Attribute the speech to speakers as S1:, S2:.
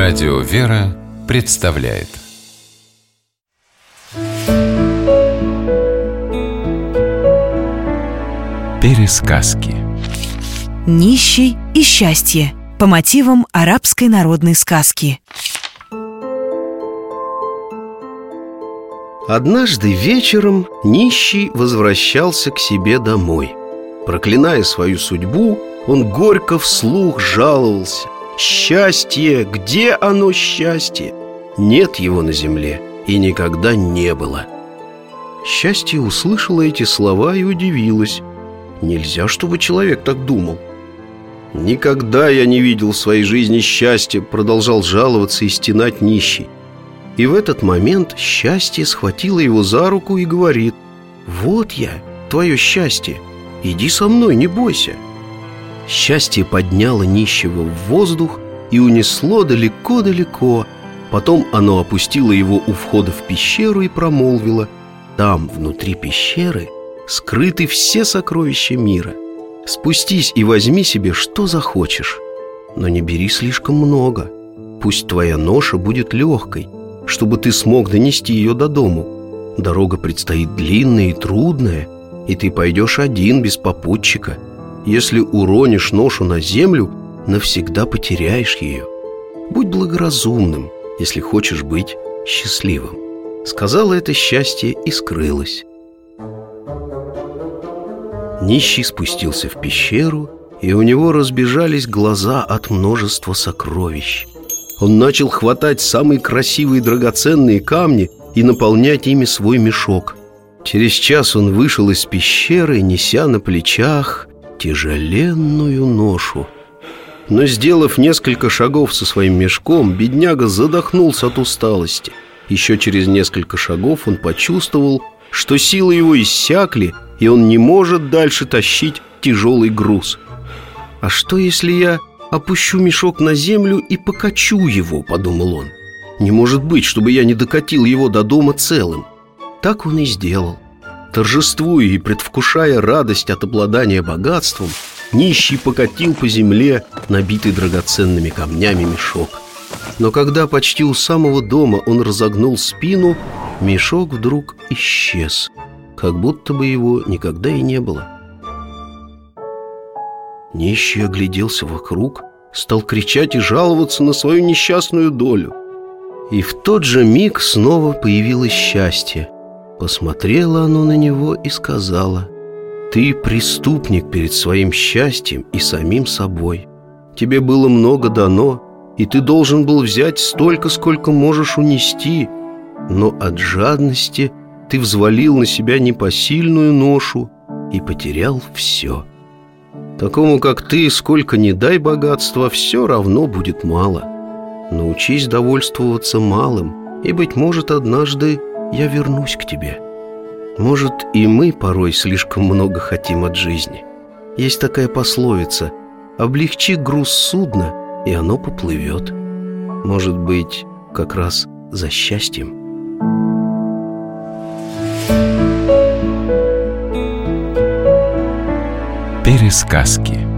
S1: Радио «Вера» представляет Пересказки.
S2: Нищий и счастье по мотивам арабской народной сказки.
S3: Однажды вечером нищий возвращался к себе домой. Проклиная свою судьбу, он горько вслух жаловался: «Счастье! Где оно, счастье? Нет его на земле и никогда не было». Счастье услышала эти слова и удивилась. Нельзя, чтобы человек так думал. «Никогда я не видел в своей жизни счастья», — продолжал жаловаться и стенать нищий. И в этот момент счастье схватило его за руку и говорит: «Вот я, твое счастье, иди со мной, не бойся». Счастье подняло нищего в воздух и унесло далеко-далеко. Потом оно опустило его у входа в пещеру и промолвило: «Там, внутри пещеры, скрыты все сокровища мира. Спустись и возьми себе, что захочешь. Но не бери слишком много. Пусть твоя ноша будет легкой, чтобы ты смог донести ее до дому. Дорога предстоит длинная и трудная, и ты пойдешь один, без попутчика. Если уронишь ношу на землю, навсегда потеряешь ее. Будь благоразумным, если хочешь быть счастливым». Сказала это счастье и скрылась. Нищий спустился в пещеру, и у него разбежались глаза от множества сокровищ. Он начал хватать самые красивые и драгоценные камни и наполнять ими свой мешок. Через час он вышел из пещеры, неся на плечах тяжеленную ношу. Но, сделав несколько шагов со своим мешком, бедняга задохнулся от усталости. Еще через несколько шагов он почувствовал, что силы его иссякли, и он не может дальше тащить тяжелый груз. «А что, если я опущу мешок на землю и покачу его?» – подумал он. «Не может быть, чтобы я не докатил его до дома целым». Так он и сделал. Торжествуя и предвкушая радость от обладания богатством, нищий покатил по земле набитый драгоценными камнями мешок. Но когда почти у самого дома он разогнул спину, мешок вдруг исчез, как будто бы его никогда и не было. Нищий огляделся вокруг, стал кричать и жаловаться на свою несчастную долю. И в тот же миг снова появилось счастье. Посмотрело оно на него и сказала: «Ты преступник перед своим счастьем и самим собой. Тебе было много дано, и ты должен был взять столько, сколько можешь унести. Но от жадности ты взвалил на себя непосильную ношу и потерял все. Такому, как ты, сколько ни дай богатства, все равно будет мало. Научись довольствоваться малым, и, быть может, однажды я вернусь к тебе». Может, и мы порой слишком много хотим от жизни. Есть такая пословица: «Облегчи груз судна, и оно поплывет». Может быть, как раз за счастьем.
S1: Пересказки.